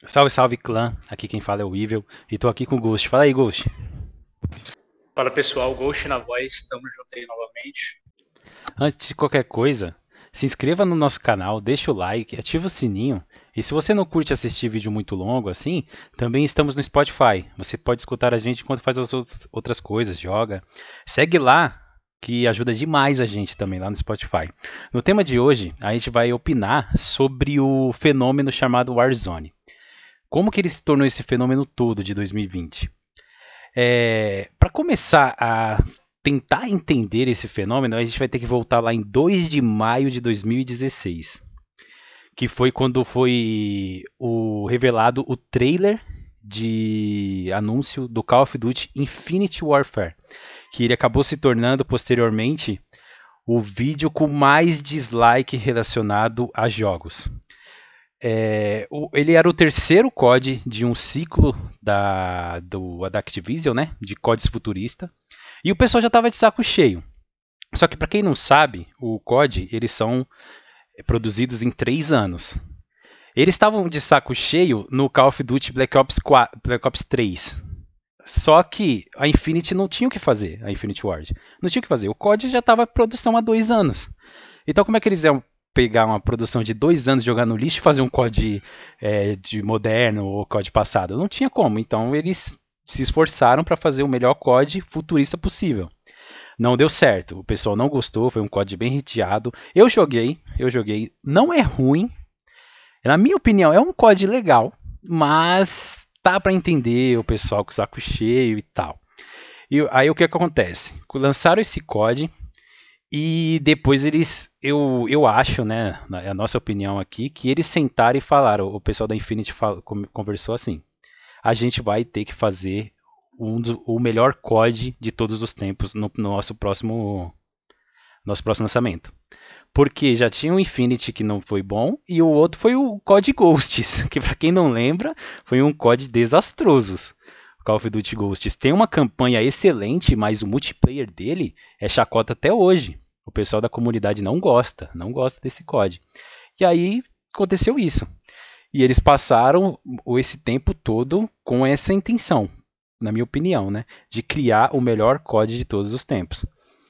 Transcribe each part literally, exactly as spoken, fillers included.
Salve, salve clã, aqui quem fala é o Evil e tô aqui com o Ghost. Fala aí, Ghost. Fala pessoal, Ghost na voz, estamos juntos aí novamente. Antes de qualquer coisa, se inscreva no nosso canal, deixa o like, ativa o sininho. E se você não curte assistir vídeo muito longo assim, também estamos no Spotify. Você pode escutar a gente enquanto faz as outras coisas, joga. Segue lá, que ajuda demais a gente também lá no Spotify. No tema de hoje, a gente vai opinar sobre o fenômeno chamado Warzone. Como que ele se tornou esse fenômeno todo de dois mil e vinte? É, Para começar a tentar entender esse fenômeno, a gente vai ter que voltar lá em dois de maio de dois mil e dezesseis, que foi quando foi o, revelado o trailer de anúncio do Call of Duty Infinite Warfare, que ele acabou se tornando posteriormente o vídeo com mais dislike relacionado a jogos. É, o, ele era o terceiro C O D de um ciclo da, do, da Activision, né? De C O Ds futurista. E o pessoal já estava de saco cheio. Só que para quem não sabe, o C O D, eles são produzidos em três anos. Eles estavam de saco cheio no Call of Duty Black Ops, quatro, Black Ops três. Só que a Infinity não tinha o que fazer, a Infinity Ward. Não tinha o que fazer. O C O D já estava em produção há dois anos. Então como é que eles iam pegar uma produção de dois anos, jogar no lixo e fazer um C O D é, de moderno ou C O D passado? Não tinha como. Então eles se esforçaram para fazer o melhor C O D futurista possível. Não deu certo. O pessoal não gostou, foi um C O D bem hateado. Eu joguei, eu joguei. Não é ruim. Na minha opinião, é um C O D legal, mas tá para entender o pessoal com o saco cheio e tal. E aí o que, que acontece? Lançaram esse C O D e depois eles, eu, eu acho, né, é a nossa opinião aqui, que eles sentaram e falaram, o pessoal da Infinity fal, conversou assim, a gente vai ter que fazer um do, o melhor C O D de todos os tempos no, no nosso próximo nosso próximo lançamento. Porque já tinha o Infinity que não foi bom e o outro foi o C O D Ghosts, que para quem não lembra, foi um C O D desastroso. Call of Duty Ghosts tem uma campanha excelente, mas o multiplayer dele é chacota até hoje. O pessoal da comunidade não gosta, não gosta desse C O D. E aí aconteceu isso. E eles passaram esse tempo todo com essa intenção, na minha opinião, né, de criar o melhor C O D de todos os tempos.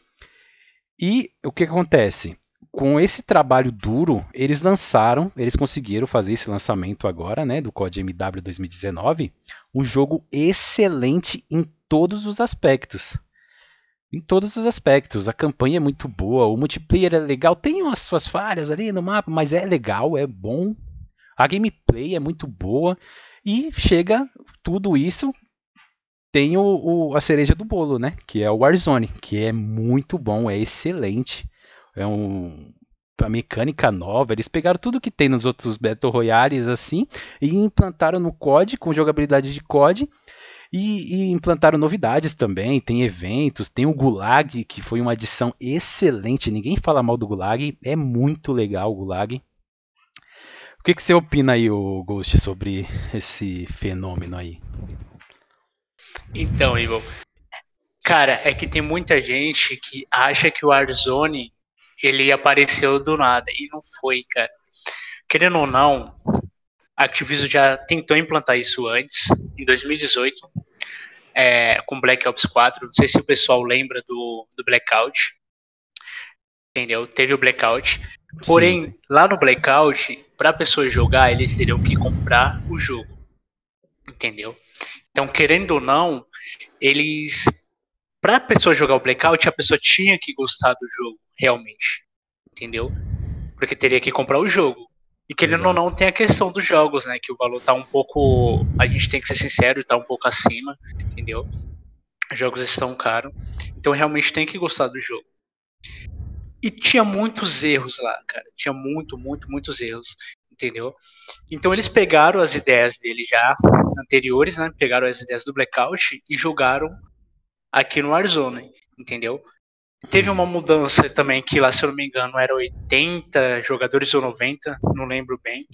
E o que acontece? Com esse trabalho duro, eles lançaram, eles conseguiram fazer esse lançamento agora, né, do C O D M W dois mil e dezenove, um jogo excelente em todos os aspectos. Em todos os aspectos. A campanha é muito boa, o multiplayer é legal, tem umas suas falhas ali no mapa, mas é legal, é bom. A gameplay é muito boa e chega tudo isso tem o, o, a cereja do bolo, né? Que é o Warzone, que é muito bom, é excelente. É um, a mecânica nova. Eles pegaram tudo que tem nos outros Battle Royales assim e implantaram no C O D, com jogabilidade de C O D. E, e implantaram novidades também. Tem eventos, tem o Gulag, que foi uma adição excelente. Ninguém fala mal do Gulag, é muito legal o Gulag. O que, que você opina aí, o Ghost, sobre esse fenômeno aí? Então, Ivo, cara, é que tem muita gente que acha que o Warzone ele apareceu do nada e não foi, cara. Querendo ou não, a Activision já tentou implantar isso antes, em dois mil e dezoito, é, com Black Ops quatro. Não sei se o pessoal lembra do, do Blackout. Entendeu? Teve o Blackout. Porém, Sim, sim. lá no Blackout, para a pessoa jogar, eles teriam que comprar o jogo. Entendeu? Então, querendo ou não, eles. Para a pessoa jogar o Blackout, a pessoa tinha que gostar do jogo, realmente. Entendeu? Porque teria que comprar o jogo. E querendo ou não, Exato. tem a questão dos jogos, né? Que o valor tá um pouco. A gente tem que ser sincero, tá um pouco acima, entendeu? Os jogos estão caros. Então realmente tem que gostar do jogo. E tinha muitos erros lá, cara. Tinha muito, muito, muitos erros, entendeu? Então eles pegaram as ideias dele já anteriores, né? Pegaram as ideias do Blackout e jogaram aqui no Warzone, entendeu? Teve uma Uhum. mudança também que lá, se eu não me engano, era oitenta jogadores ou noventa, não lembro bem.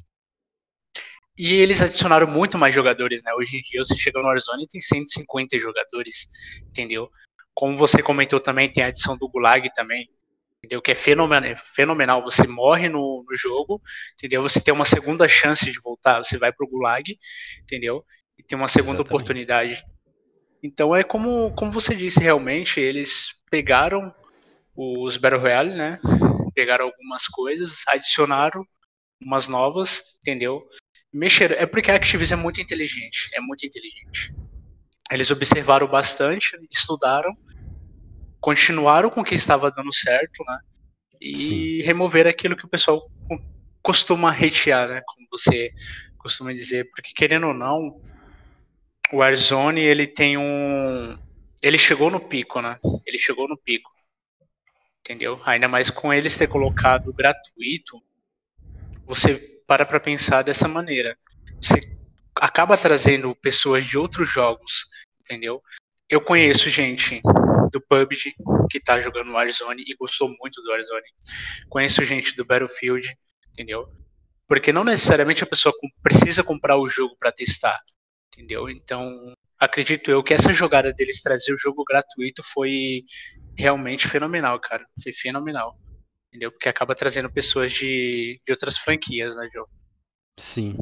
E eles adicionaram muito mais jogadores, né? Hoje em dia você chega no Warzone e tem cento e cinquenta jogadores, entendeu? Como você comentou também, tem a adição do Gulag também, entendeu? Que é fenomenal, fenomenal. Você morre no, no jogo, entendeu? Você tem uma segunda chance de voltar, você vai pro Gulag, entendeu? E tem uma segunda Exatamente. oportunidade. Então é como, como você disse, realmente, eles pegaram os Battle Royale, né? Pegaram algumas coisas, adicionaram umas novas, entendeu? Mexeram. É porque a Activision é muito inteligente, é muito inteligente. Eles observaram bastante, estudaram, continuaram com o que estava dando certo, né? E Sim. remover aquilo que o pessoal costuma hatear, né? Como você costuma dizer, porque querendo ou não, o Warzone ele tem um, ele chegou no pico, né? Ele chegou no pico, entendeu? Ainda mais com eles ter colocado gratuito, você para para pensar dessa maneira. Você acaba trazendo pessoas de outros jogos, entendeu? Eu conheço gente do P U B G que tá jogando Warzone e gostou muito do Warzone. Conheço gente do Battlefield, entendeu? Porque não necessariamente a pessoa precisa comprar o jogo para testar, entendeu? Então, acredito eu que essa jogada deles trazer o jogo gratuito foi realmente fenomenal, cara. Foi fenomenal, entendeu? Porque acaba trazendo pessoas de, de outras franquias, né, Joe? Sim.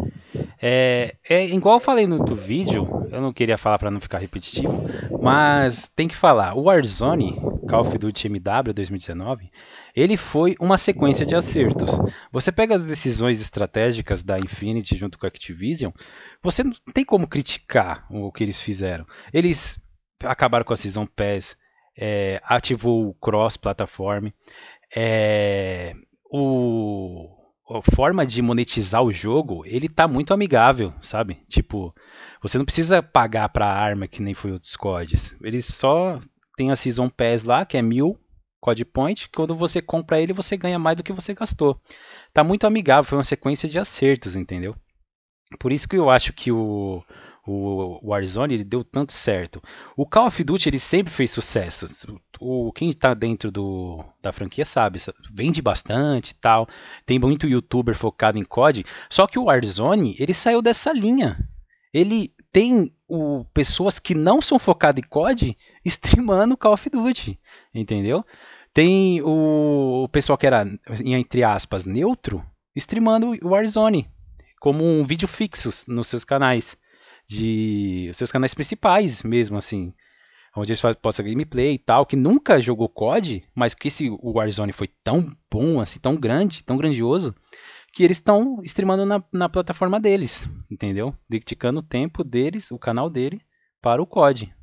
É, é igual eu falei no outro vídeo, eu não queria falar para não ficar repetitivo, mas tem que falar. O Warzone, Call of Duty M W dois mil e dezenove, ele foi uma sequência de acertos. Você pega as decisões estratégicas da Infinity junto com a Activision, você não tem como criticar o que eles fizeram. Eles acabaram com a Season Pass, é, ativou o cross-platform, é, o a forma de monetizar o jogo, ele tá muito amigável, sabe? Tipo, você não precisa pagar pra arma que nem foi outros C O Ds. Eles só tem a Season Pass lá, que é mil C O D Point, que quando você compra ele, você ganha mais do que você gastou. Tá muito amigável, foi uma sequência de acertos, entendeu? Por isso que eu acho que o, o Warzone ele deu tanto certo. O Call of Duty ele sempre fez sucesso. O, quem está dentro do, da franquia sabe, vende bastante e tal. Tem muito youtuber focado em C O D. Só que o Warzone ele saiu dessa linha. Ele tem o, pessoas que não são focadas em C O D streamando Call of Duty, entendeu? Tem o, o pessoal que era, entre aspas, neutro, streamando o Warzone como um vídeo fixo nos seus canais, de os seus canais principais mesmo, assim, onde eles postam gameplay e tal, que nunca jogou C O D, mas que esse o Warzone foi tão bom, assim, tão grande, tão grandioso, que eles estão streamando na, na plataforma deles, entendeu? Dedicando o tempo deles, o canal dele, para o C O D.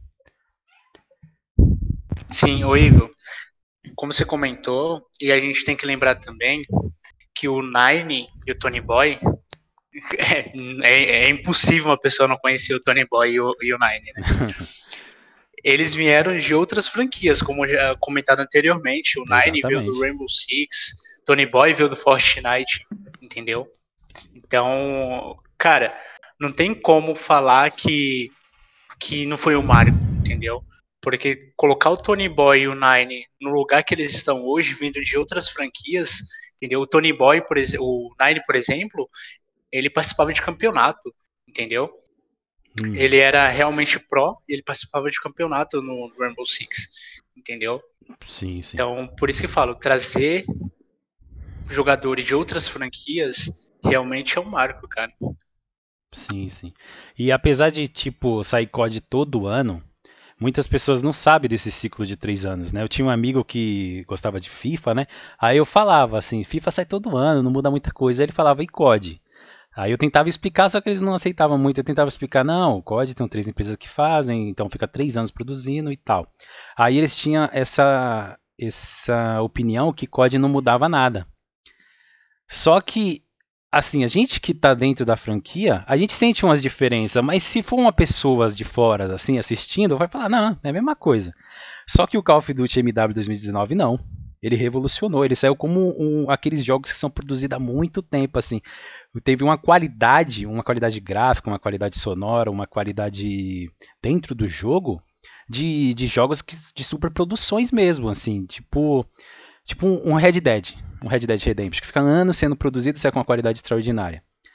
Sim, o Ivo, como você comentou, e a gente tem que lembrar também que o Nine e o Tony Boy é, é, é impossível uma pessoa não conhecer o Tony Boy e o, e o Nine, né? Eles vieram de outras franquias, como já comentado anteriormente. O Nine veio do Rainbow Six, Tony Boy veio do Fortnite, entendeu? Então, cara, não tem como falar que, que não foi o Mario, entendeu? Porque colocar o Tony Boy e o Nine no lugar que eles estão hoje, vindo de outras franquias, entendeu? O Tony Boy, por exemplo, o Nine, por exemplo, ele participava de campeonato, entendeu? Hum. Ele era realmente pró e ele participava de campeonato no Rainbow Six, entendeu? Sim, sim. Então, por isso que eu falo, trazer jogadores de outras franquias realmente é um marco, cara. Sim, sim. E apesar de, tipo, sair C O D todo ano, muitas pessoas não sabem desse ciclo de três anos, né? Eu tinha um amigo que gostava de FIFA, né? Aí eu falava assim, FIFA sai todo ano, não muda muita coisa. Aí ele falava, e C O D? Aí eu tentava explicar, só que eles não aceitavam muito. Eu tentava explicar, não, o C O D tem três empresas que fazem, então fica três anos produzindo e tal. Aí eles tinham essa, essa opinião que C O D não mudava nada. Só que, assim, a gente que tá dentro da franquia, a gente sente umas diferenças, mas se for uma pessoa de fora, assim, assistindo, vai falar, não, é a mesma coisa. Só que o Call of Duty M W dois mil e dezenove, não. Ele revolucionou, ele saiu como um, aqueles jogos que são produzidos há muito tempo, assim. Teve uma qualidade, uma qualidade gráfica, uma qualidade sonora, uma qualidade dentro do jogo de, de jogos que, de superproduções mesmo, assim, tipo, tipo um Red Dead, um Red Dead Redemption, que fica anos sendo produzido e sai com uma qualidade extraordinária.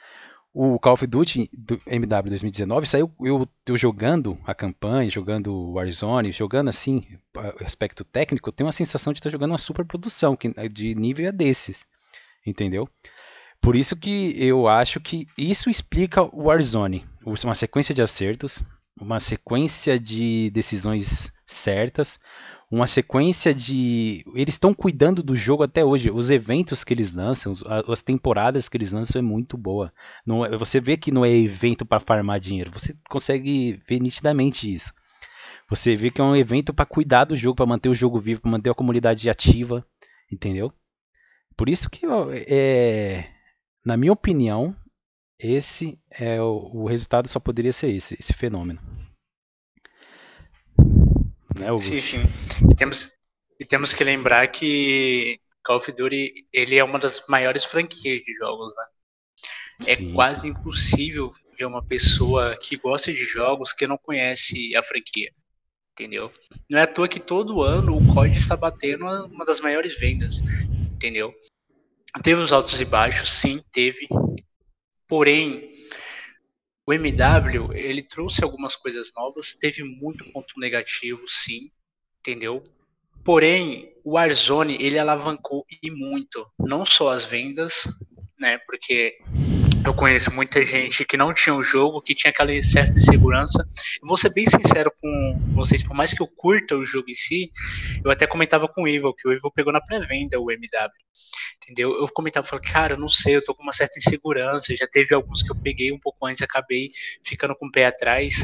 o Call of Duty do M W dois mil e dezenove saiu eu, eu jogando a campanha, jogando o Warzone, jogando assim, aspecto técnico, eu tenho uma sensação de estar jogando uma super produção que, de nível é desses, entendeu? Por isso que eu acho que isso explica o Warzone, uma sequência de acertos, uma sequência de decisões certas, uma sequência de... Eles estão cuidando do jogo até hoje. Os eventos que eles lançam, as temporadas que eles lançam é muito boa. Não é, você vê que não é evento para farmar dinheiro. Você consegue ver nitidamente isso. Você vê que é um evento para cuidar do jogo, para manter o jogo vivo, para manter a comunidade ativa, entendeu? Por isso que, é, na minha opinião, esse é o, o resultado só poderia ser esse, esse fenômeno. Né, sim, sim. E temos, e temos que lembrar que Call of Duty ele é uma das maiores franquias de jogos, né? É sim, quase sim. impossível ver uma pessoa que gosta de jogos que não conhece a franquia, entendeu? Não é à toa que todo ano o C O D está batendo uma das maiores vendas, entendeu? Teve os altos e baixos, sim, teve. Porém, o M W, ele trouxe algumas coisas novas, teve muito ponto negativo, sim, entendeu? Porém, o Warzone, ele alavancou e muito, não só as vendas, né, porque eu conheço muita gente que não tinha o jogo, que tinha aquela certa insegurança. Eu vou ser bem sincero com vocês, por mais que eu curta o jogo em si, eu até comentava com o Evil, que o Evil pegou na pré-venda o M W. Entendeu? Eu comentava, falei, cara, eu não sei, eu tô com uma certa insegurança. Já teve alguns que eu peguei um pouco antes e acabei ficando com o pé atrás.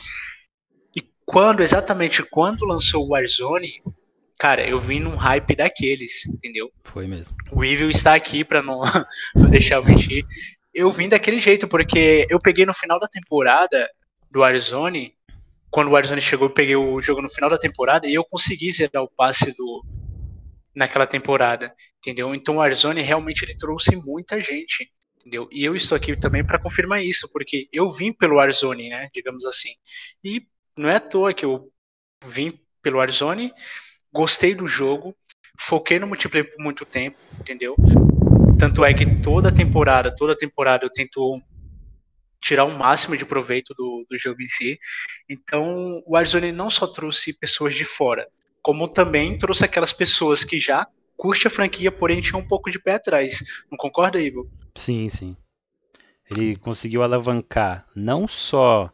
E quando, exatamente quando lançou o Warzone, cara, eu vim num hype daqueles, entendeu? Foi mesmo. O Evil está aqui pra não, não deixar eu mentir. Eu vim daquele jeito, porque eu peguei no final da temporada do Warzone. Quando o Warzone chegou, eu peguei o jogo no final da temporada e eu consegui zerar o passe do, naquela temporada, entendeu? Então o Warzone realmente ele trouxe muita gente, entendeu? E eu estou aqui também para confirmar isso, porque eu vim pelo Warzone, né, digamos assim. E não é à toa que eu vim pelo Warzone, gostei do jogo, foquei no multiplayer por muito tempo, entendeu? Tanto é que toda temporada, toda temporada eu tento tirar o máximo de proveito do, do jogo em si. Então, o Warzone não só trouxe pessoas de fora, como também trouxe aquelas pessoas que já curte a franquia, porém tinham um pouco de pé atrás. Não concorda, Ivo? Sim, sim. Ele conseguiu alavancar não só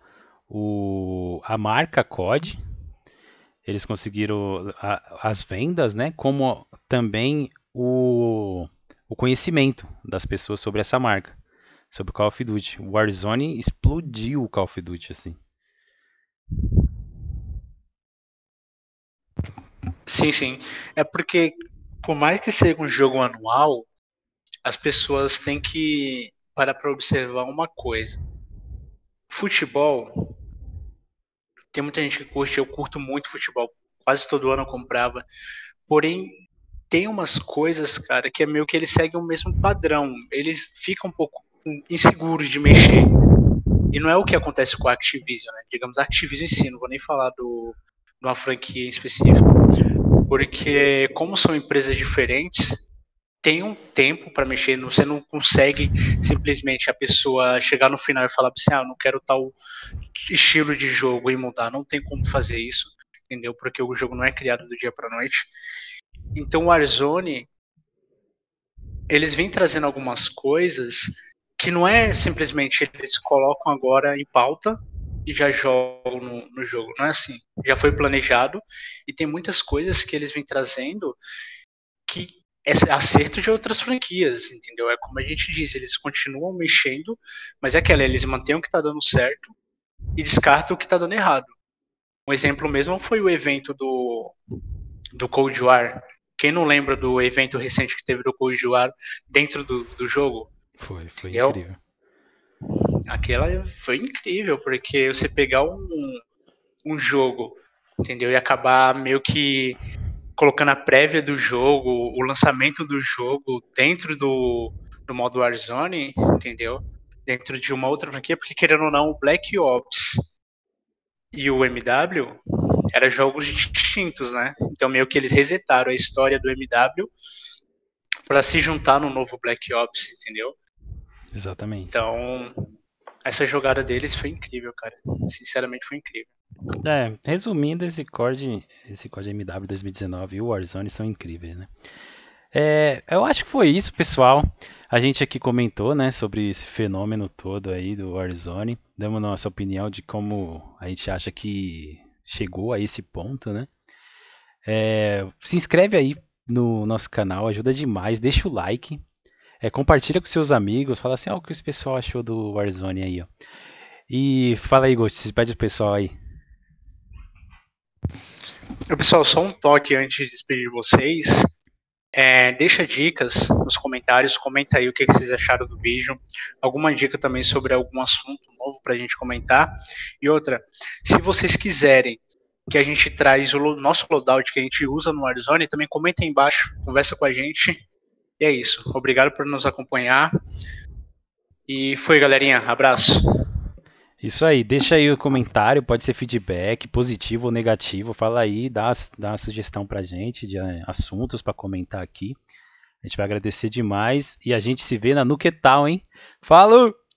o, a marca C O D, eles conseguiram a, as vendas, né? Como também o, o conhecimento das pessoas sobre essa marca, sobre o Call of Duty. O Warzone explodiu o Call of Duty, assim. Sim, sim. É porque, por mais que seja um jogo anual, as pessoas têm que parar para observar uma coisa. Futebol, tem muita gente que curte, eu curto muito futebol, quase todo ano eu comprava. Porém, tem umas coisas, cara, que é meio que eles seguem o mesmo padrão. Eles ficam um pouco inseguros de mexer. E não é o que acontece com a Activision, né? Digamos, a Activision em si, não vou nem falar do, de uma franquia em específico. Porque, como são empresas diferentes, tem um tempo para mexer. Você não consegue simplesmente a pessoa chegar no final e falar assim, ah, eu não quero tal estilo de jogo e mudar. Não tem como fazer isso, entendeu? Porque o jogo não é criado do dia para noite. Então o Warzone, eles vêm trazendo algumas coisas que não é simplesmente eles colocam agora em pauta e já jogam no, no jogo. Não é assim. Já foi planejado e tem muitas coisas que eles vêm trazendo que é acerto de outras franquias, entendeu? É como a gente diz, eles continuam mexendo, mas é aquela, eles mantêm o que tá dando certo e descartam o que tá dando errado. Um exemplo mesmo foi o evento do, do Cold War. Quem não lembra do evento recente que teve do Cold War dentro do, do jogo? Foi, foi Entendeu? incrível. Aquela foi incrível, porque você pegar um, um jogo, entendeu? E acabar meio que colocando a prévia do jogo, o lançamento do jogo dentro do, do modo Warzone, entendeu? Dentro de uma outra franquia, porque querendo ou não, o Black Ops e o M W eram jogos distintos, né? Então meio que eles resetaram a história do M W para se juntar no novo Black Ops, entendeu? Exatamente. Então, essa jogada deles foi incrível, cara. Sinceramente, foi incrível. É, resumindo, esse COD, esse COD M W dois mil e dezenove e o Warzone são incríveis, né? É, eu acho que foi isso, pessoal. A gente aqui comentou, né, sobre esse fenômeno todo aí do Warzone. Damos nossa opinião de como a gente acha que chegou a esse ponto, né? É, se inscreve aí no nosso canal, ajuda demais. Deixa o like, é, compartilha com seus amigos, fala assim, ó, o que esse pessoal achou do Warzone aí, ó. E fala aí, Ghost, se pede pro pessoal aí. Pessoal, só um toque antes de despedir vocês. É, deixa dicas nos comentários, comenta aí o que vocês acharam do vídeo, alguma dica também sobre algum assunto novo para a gente comentar. E outra, se vocês quiserem que a gente traz o nosso loadout que a gente usa no Warzone, também comenta aí embaixo, conversa com a gente. E é isso. Obrigado por nos acompanhar. E foi, galerinha. Abraço. Isso aí, deixa aí o comentário, pode ser feedback, positivo ou negativo, fala aí, dá, dá uma sugestão pra gente de eh, assuntos para comentar aqui. A gente vai agradecer demais e a gente se vê na Nuquetal, hein? Falou!